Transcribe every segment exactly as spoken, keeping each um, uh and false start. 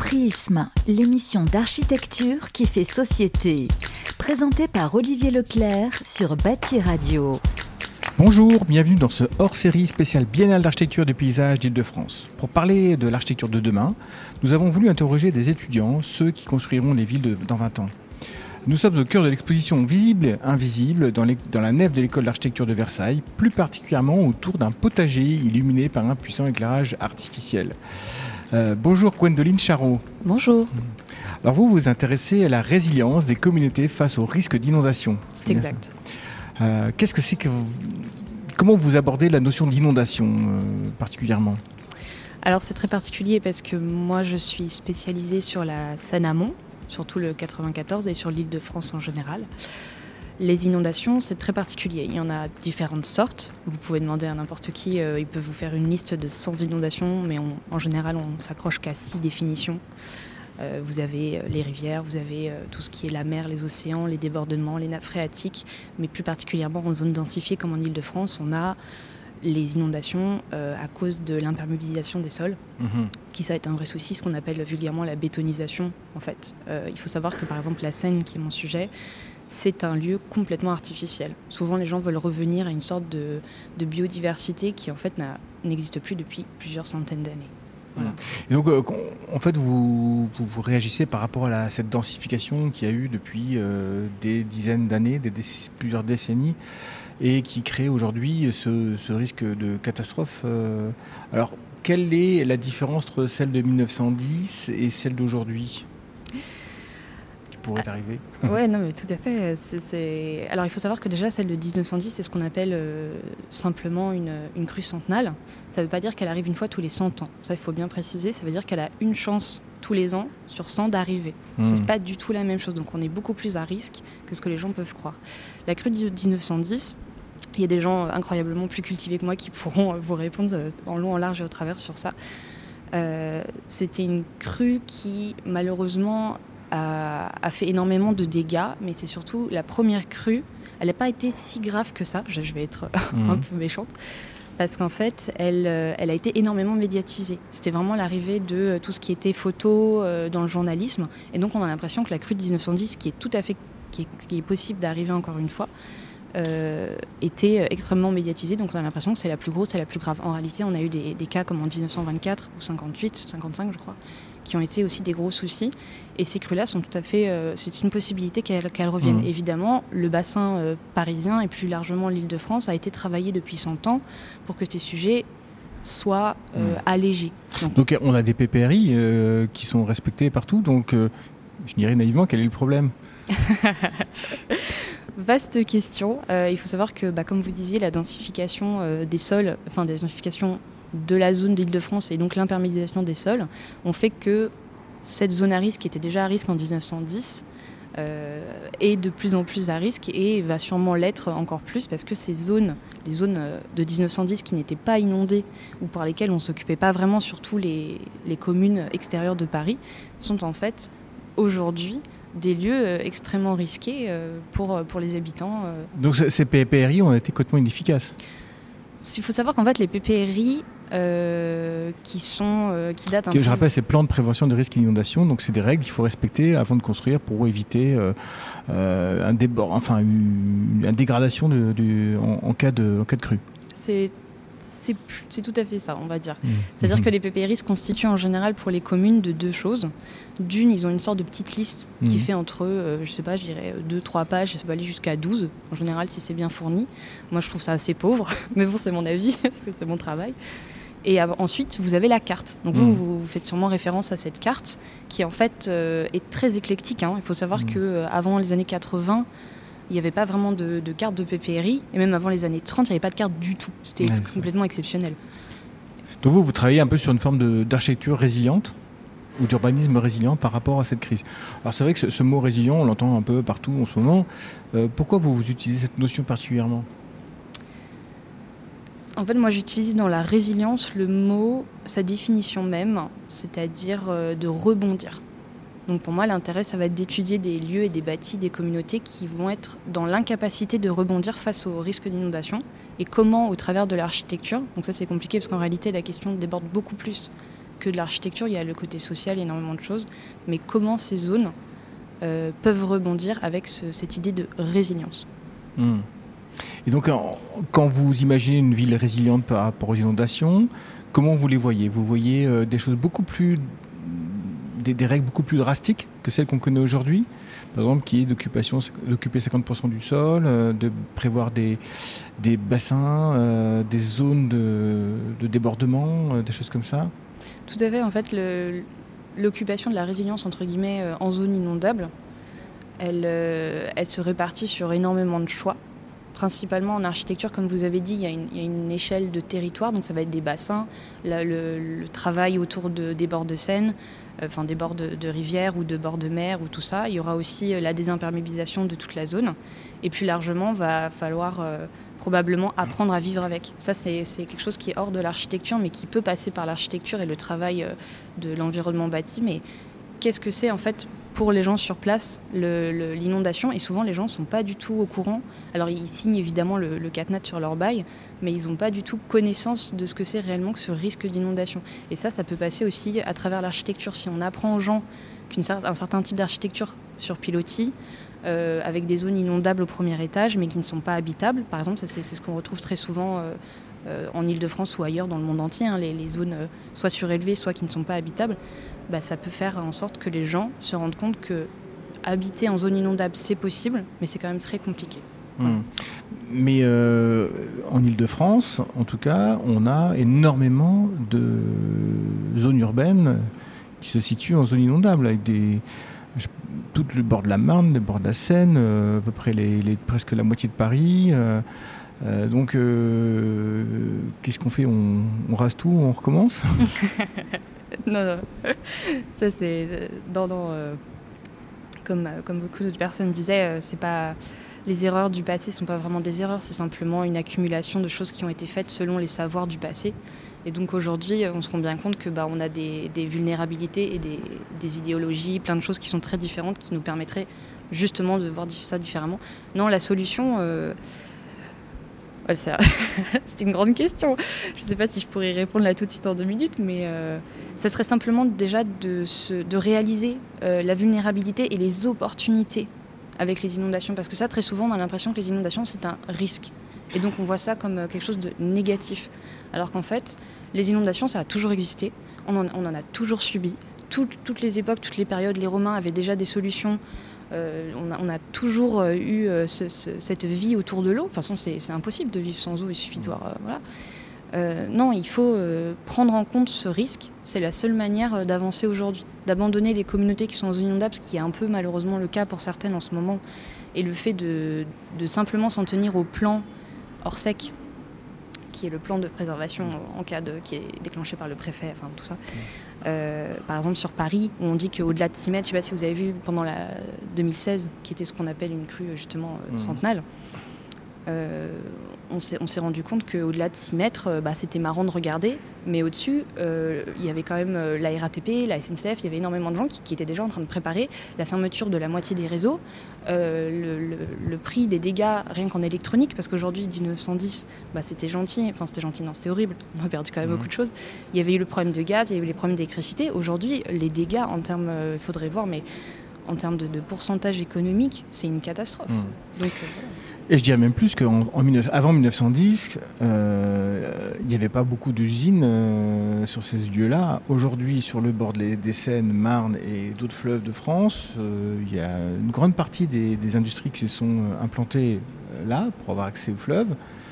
Prisme, l'émission d'architecture qui fait société. Présentée par Olivier Leclerc sur Bâti Radio. Bonjour, bienvenue dans ce hors-série spécial Biennale d'architecture du paysage d'Île-de-France. Pour parler de l'architecture de demain, nous avons voulu interroger des étudiants, ceux qui construiront les villes de, dans vingt ans. Nous sommes au cœur de l'exposition Visible Invisible dans, les, dans la nef de l'école d'architecture de Versailles, plus particulièrement autour d'un potager illuminé par un puissant éclairage artificiel. Euh, bonjour Gwendoline Charot. Bonjour. Alors vous vous intéressez à la résilience des communautés face au risque d'inondation. C'est exact. Euh, qu'est-ce que c'est que vous... Comment vous abordez la notion d'inondation euh, particulièrement ? Alors c'est très particulier parce que moi je suis spécialisée sur la Seine-Amont, surtout le quatre-vingt-quatorze et sur l'Île-de-France en général. Les inondations, c'est très particulier. Il y en a différentes sortes. Vous pouvez demander à n'importe qui, euh, il peut vous faire une liste de cent inondations, mais on, en général, on s'accroche qu'à six définitions. Euh, vous avez les rivières, vous avez euh, tout ce qui est la mer, les océans, les débordements, les nappes phréatiques, mais plus particulièrement en zone densifiée comme en Île-de-France, on a les inondations euh, à cause de l'imperméabilisation des sols, mmh. qui ça est un vrai souci, ce qu'on appelle vulgairement la bétonisation. En fait, euh, il faut savoir que par exemple la Seine, qui est mon sujet, c'est un lieu complètement artificiel. Souvent, les gens veulent revenir à une sorte de, de biodiversité qui, en fait, n'a, n'existe plus depuis plusieurs centaines d'années. Voilà. Et donc, euh, en fait, vous, vous, vous réagissez par rapport à la, cette densification qu'il y a eu depuis euh, des dizaines d'années, des, des, plusieurs décennies, et qui crée aujourd'hui ce, ce risque de catastrophe. Euh, alors, quelle est la différence entre celle de mille neuf cent dix et celle d'aujourd'hui ? Pourrait ah, arriver. Oui, non, mais tout à fait. C'est, c'est... Alors, il faut savoir que déjà, celle de dix-neuf cent dix, c'est ce qu'on appelle euh, simplement une, une crue centennale. Ça ne veut pas dire qu'elle arrive une fois tous les cent ans. Ça, il faut bien préciser. Ça veut dire qu'elle a une chance tous les ans sur cent d'arriver. Mmh. Ce n'est pas du tout la même chose. Donc, on est beaucoup plus à risque que ce que les gens peuvent croire. La crue de dix-neuf cent dix, il y a des gens incroyablement plus cultivés que moi qui pourront vous répondre en long, en large et au travers sur ça. Euh, c'était une crue qui, malheureusement, A, a fait énormément de dégâts, mais c'est surtout la première crue. Elle n'a pas été si grave que ça, je, je vais être mmh. un peu méchante, parce qu'en fait, elle, elle a été énormément médiatisée. C'était vraiment l'arrivée de tout ce qui était photo euh, dans le journalisme, et donc on a l'impression que la crue de dix-neuf cent dix, qui est tout à fait, qui est, qui est possible d'arriver encore une fois, euh, était extrêmement médiatisée, donc on a l'impression que c'est la plus grosse et la plus grave. En réalité, on a eu des, des cas comme en dix-neuf cent vingt-quatre ou cinquante-huit, cinquante-cinq je crois, qui ont été aussi des gros soucis. Et ces crues-là sont tout à fait... Euh, c'est une possibilité qu'elles, qu'elles reviennent. Mmh. Évidemment, le bassin euh, parisien et plus largement l'Île-de-France a été travaillé depuis cent ans pour que ces sujets soient euh, mmh. allégés. Donc, donc on a des P P R I euh, qui sont respectés partout, donc euh, je dirais naïvement, quel est le problème ? Vaste question. Euh, il faut savoir que, bah, comme vous disiez, la densification euh, des sols, enfin la densification de la zone d'Île-de-France et donc l'imperméabilisation des sols ont fait que cette zone à risque, qui était déjà à risque en dix-neuf cent dix, euh, est de plus en plus à risque et va sûrement l'être encore plus parce que ces zones, les zones de dix-neuf cent dix qui n'étaient pas inondées ou par lesquelles on ne s'occupait pas vraiment, surtout les, les communes extérieures de Paris, sont en fait aujourd'hui des lieux extrêmement risqués pour, pour les habitants. Donc ces P P R I ont été complètement inefficaces. Il faut savoir qu'en fait les P P R I euh, qui, sont, euh, qui datent un peu... Je rappelle, c'est plan de prévention de risque d'inondation, donc c'est des règles qu'il faut respecter avant de construire pour éviter euh, euh, un, débord, enfin, une, une dégradation de, de, en, en, cas de, en cas de crue. C'est... C'est, c'est tout à fait ça, on va dire. Mmh. C'est-à-dire mmh. que les P P R I se constituent en général pour les communes de deux choses. D'une, ils ont une sorte de petite liste mmh. qui fait entre, euh, je sais pas, je dirais deux trois pages, ça peut aller jusqu'à douze, en général, si c'est bien fourni. Moi, je trouve ça assez pauvre, mais bon, c'est mon avis, parce que c'est mon travail. Et euh, ensuite, vous avez la carte. Donc mmh. vous, vous, vous faites sûrement référence à cette carte, qui en fait euh, est très éclectique. Hein. Il faut savoir mmh. qu'avant les années quatre-vingts, il n'y avait pas vraiment de, de carte de P P R I, et même avant les années trente, il n'y avait pas de carte du tout. C'était ouais, complètement ça. Exceptionnel. Donc vous, vous travaillez un peu sur une forme de, d'architecture résiliente ou d'urbanisme résilient par rapport à cette crise. Alors c'est vrai que ce, ce mot résilient, on l'entend un peu partout en ce moment. Euh, pourquoi vous, vous utilisez cette notion particulièrement ? En fait, moi, j'utilise dans la résilience le mot, sa définition même, c'est-à-dire euh, de rebondir. Donc pour moi, l'intérêt, ça va être d'étudier des lieux et des bâtis, des communautés qui vont être dans l'incapacité de rebondir face au risque d'inondation et comment, au travers de l'architecture, donc ça c'est compliqué parce qu'en réalité la question déborde beaucoup plus que de l'architecture, il y a le côté social, il y a énormément de choses, mais comment ces zones euh, peuvent rebondir avec ce, cette idée de résilience. Mmh. Et donc, en, quand vous imaginez une ville résiliente par rapport aux inondations, comment vous les voyez ? Vous voyez euh, des choses beaucoup plus, des, des règles beaucoup plus drastiques que celles qu'on connaît aujourd'hui ? Par exemple, qui est d'occupation, d'occuper cinquante pour cent du sol, euh, de prévoir des, des bassins, euh, des zones de, de débordement, euh, des choses comme ça ? Tout à fait. En fait, le, l'occupation de la résilience, entre guillemets, euh, en zone inondable, elle, euh, elle se répartit sur énormément de choix. Principalement en architecture, comme vous avez dit, il y a une, il y a une échelle de territoire, donc ça va être des bassins, la, le, le travail autour de, des bords de Seine, euh, enfin des bords de, de rivières ou de bords de mer ou tout ça. Il y aura aussi euh, la désimperméabilisation de toute la zone. Et plus largement, va falloir euh, probablement apprendre à vivre avec. Ça, c'est, c'est quelque chose qui est hors de l'architecture, mais qui peut passer par l'architecture et le travail euh, de l'environnement bâti. Mais qu'est-ce que c'est en fait pour les gens sur place, le, le, l'inondation, et souvent les gens ne sont pas du tout au courant. Alors ils signent évidemment le, le CatNat sur leur bail, mais ils n'ont pas du tout connaissance de ce que c'est réellement que ce risque d'inondation. Et ça, ça peut passer aussi à travers l'architecture. Si on apprend aux gens qu'un certain type d'architecture sur pilotis, euh, avec des zones inondables au premier étage, mais qui ne sont pas habitables, par exemple, ça, c'est, c'est ce qu'on retrouve très souvent euh, euh, en Île-de-France ou ailleurs dans le monde entier, hein, les, les zones euh, soit surélevées, soit qui ne sont pas habitables, bah, ça peut faire en sorte que les gens se rendent compte que habiter en zone inondable, c'est possible, mais c'est quand même très compliqué. Mmh. Mais euh, en Île-de-France, en tout cas, on a énormément de zones urbaines qui se situent en zone inondable, avec des, je, tout le bord de la Marne, le bord de la Seine, euh, à peu près les, les, presque la moitié de Paris. Euh, euh, donc, euh, qu'est-ce qu'on fait ? on, on rase tout, on recommence ? Non, non. Ça, c'est. Dans, dans, euh, comme, comme beaucoup d'autres personnes disaient, euh, c'est pas. Les erreurs du passé ne sont pas vraiment des erreurs, c'est simplement une accumulation de choses qui ont été faites selon les savoirs du passé. Et donc aujourd'hui, on se rend bien compte que bah, on a des, des vulnérabilités et des, des idéologies, plein de choses qui sont très différentes, qui nous permettraient justement de voir ça différemment. Non, la solution. Euh, Ouais, c'est... c'est une grande question. Je ne sais pas si je pourrais y répondre là tout de suite en deux minutes, mais euh, ça serait simplement déjà de, se, de réaliser euh, la vulnérabilité et les opportunités avec les inondations. Parce que ça, très souvent, on a l'impression que les inondations, c'est un risque. Et donc, on voit ça comme quelque chose de négatif. Alors qu'en fait, les inondations, ça a toujours existé. On en, on en a toujours subi. Tout, toutes les époques, toutes les périodes, les Romains avaient déjà des solutions. Euh, on, a, on a toujours euh, eu euh, ce, ce, cette vie autour de l'eau. De toute façon, c'est, c'est impossible de vivre sans eau, il suffit de voir. Euh, voilà. euh, non, il faut euh, prendre en compte ce risque. C'est la seule manière euh, d'avancer aujourd'hui. D'abandonner les communautés qui sont en zone inondable, ce qui est un peu malheureusement le cas pour certaines en ce moment. Et le fait de, de simplement s'en tenir au plan hors sec, qui est le plan de préservation en cas de, qui est déclenché par le préfet, enfin tout ça. Euh, par exemple sur Paris, où on dit qu'au-delà de six mètres, je ne sais pas si vous avez vu pendant la deux mille seize, qui était ce qu'on appelle une crue justement euh, centenale, euh, on, s'est, on s'est rendu compte qu'au-delà de six mètres, euh, bah, c'était marrant de regarder, mais au-dessus, euh, il y avait quand même euh, la R A T P, la S N C F, il y avait énormément de gens qui, qui étaient déjà en train de préparer la fermeture de la moitié des réseaux, euh, le, le, le prix des dégâts rien qu'en électronique, parce qu'aujourd'hui, dix-neuf cent dix, bah, c'était gentil, enfin c'était gentil, non, c'était horrible, on a perdu quand même mmh. beaucoup de choses. Il y avait eu le problème de gaz, il y avait eu les problèmes d'électricité. Aujourd'hui, les dégâts en termes, il euh, faudrait voir, mais en termes de, de pourcentage économique, c'est une catastrophe. Mmh. Donc, euh, voilà. Et je dirais même plus qu'avant dix-neuf cent dix, euh, il n'y avait pas beaucoup d'usines euh, sur ces lieux-là. Aujourd'hui, sur le bord des, des Seines, Marne et d'autres fleuves de France, euh, il y a une grande partie des, des industries qui se sont implantées là pour avoir accès aux fleuves,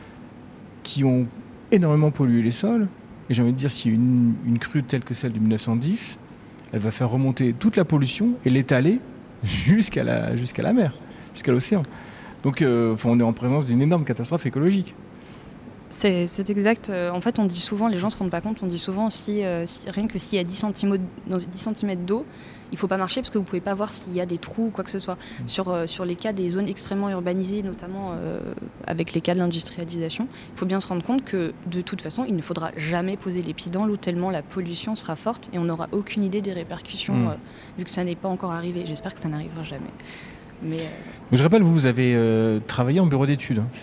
qui ont énormément pollué les sols. Et j'ai envie de dire, si une, une crue telle que celle de dix-neuf cent dix, elle va faire remonter toute la pollution et l'étaler jusqu'à la, jusqu'à la mer, jusqu'à l'océan. Donc euh, on est en présence d'une énorme catastrophe écologique. C'est, c'est exact. En fait, on dit souvent, les gens ne se rendent pas compte, on dit souvent si, euh, si, rien que s'il y a dix centimètres d'eau, il ne faut pas marcher parce que vous ne pouvez pas voir s'il y a des trous ou quoi que ce soit. Mmh. Sur, euh, sur les cas des zones extrêmement urbanisées, notamment euh, avec les cas de l'industrialisation, il faut bien se rendre compte que de toute façon, il ne faudra jamais poser les pieds dans l'eau tellement la pollution sera forte et on n'aura aucune idée des répercussions mmh. euh, vu que ça n'est pas encore arrivé. J'espère que ça n'arrivera jamais. Mais, euh... Je rappelle, vous, vous avez euh, travaillé en bureau d'études, c'est bien ça ?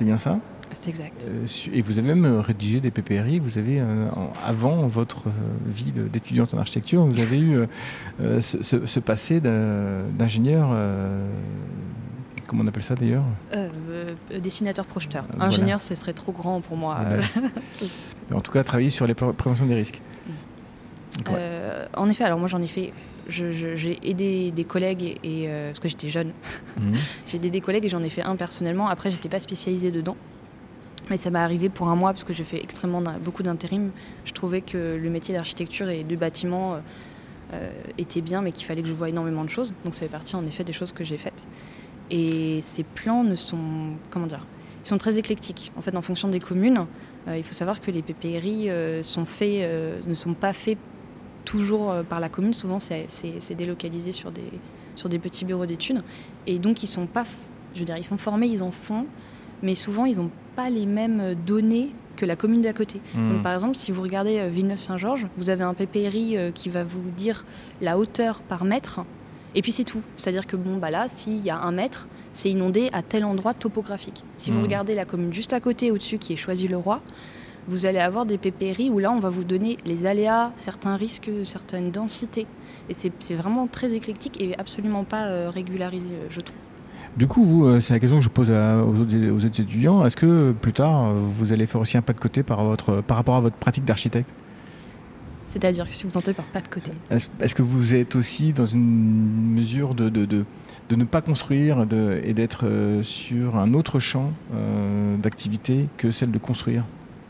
C'est exact. Euh, et vous avez même rédigé des P P R I. Vous avez, euh, en, avant votre euh, vie de, d'étudiante en architecture, vous avez eu euh, ce, ce, ce passé d'ingénieur. Euh, comment on appelle ça d'ailleurs euh, euh, Dessinateur projeteur. Euh, Ingénieur, voilà. ce serait trop grand pour moi. Voilà. En tout cas, travailler sur les pré- préventions des risques. Ouais. Euh, en effet, alors moi j'en ai fait. Je, je, j'ai aidé des collègues et, et euh, parce que j'étais jeune. Mmh. J'ai aidé des collègues et j'en ai fait un personnellement. Après, j'étais pas spécialisée dedans. Mais ça m'est arrivé pour un mois parce que j'ai fait extrêmement beaucoup d'intérim. Je trouvais que le métier d'architecture et de bâtiment euh, était bien, mais qu'il fallait que je voie énormément de choses. Donc ça fait partie en effet des choses que j'ai faites. Et ces plans ne sont, comment dire, ils sont très éclectiques. En fait, en fonction des communes, euh, il faut savoir que les P P R I euh, sont faits, euh, ne sont pas faits toujours euh, par la commune. Souvent, c'est, c'est, c'est délocalisé sur des, sur des petits bureaux d'études. Et donc, ils sont pas, je veux dire, ils sont formés, ils en font, mais souvent, ils n'ont pas les mêmes données que la commune d'à côté. Mmh. Donc, par exemple, si vous regardez euh, Villeneuve-Saint-Georges, vous avez un P P R I euh, qui va vous dire la hauteur par mètre. Et puis c'est tout. C'est-à-dire que bon, bah là, s'il y a un mètre, c'est inondé à tel endroit topographique. Si mmh. vous regardez la commune juste à côté, au-dessus, qui est Choisy-le-Roi, vous allez avoir des P P R I où là, on va vous donner les aléas, certains risques, certaines densités. Et c'est, c'est vraiment très éclectique et absolument pas euh, régularisé, je trouve. Du coup, vous, c'est la question que je pose à, aux, autres, aux autres étudiants. Est-ce que plus tard, vous allez faire aussi un pas de côté par, votre, par rapport à votre pratique d'architecte ? C'est-à-dire que si vous entendez par pas de côté. Est-ce, est-ce que vous êtes aussi dans une mesure de, de, de, de ne pas construire de, et d'être euh, sur un autre champ euh, d'activité que celle de construire ?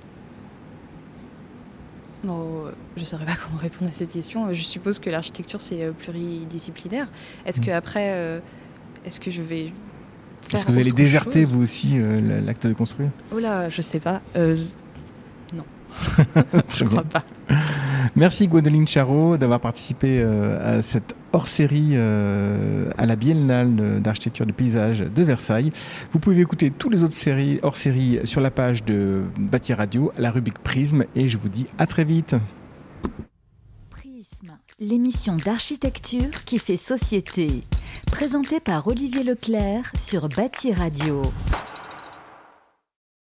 Non, je ne saurais pas comment répondre à cette question. Je suppose que l'architecture, c'est pluridisciplinaire. Est-ce mmh. qu'après, euh, est-ce que je vais faire Est-ce que vous allez déserter, chose vous aussi, euh, l'acte de construire ? Oh là, je ne sais pas. Euh, non. Je ne crois pas. Merci Gwendoline Charot d'avoir participé euh, à cette hors-série euh, à la Biennale d'architecture de paysage de Versailles. Vous pouvez écouter toutes les autres séries hors-série sur la page de Bâtir Radio, la rubrique Prisme, et je vous dis à très vite. Prisme, l'émission d'architecture qui fait société. Présentée par Olivier Leclerc sur Bâtir Radio.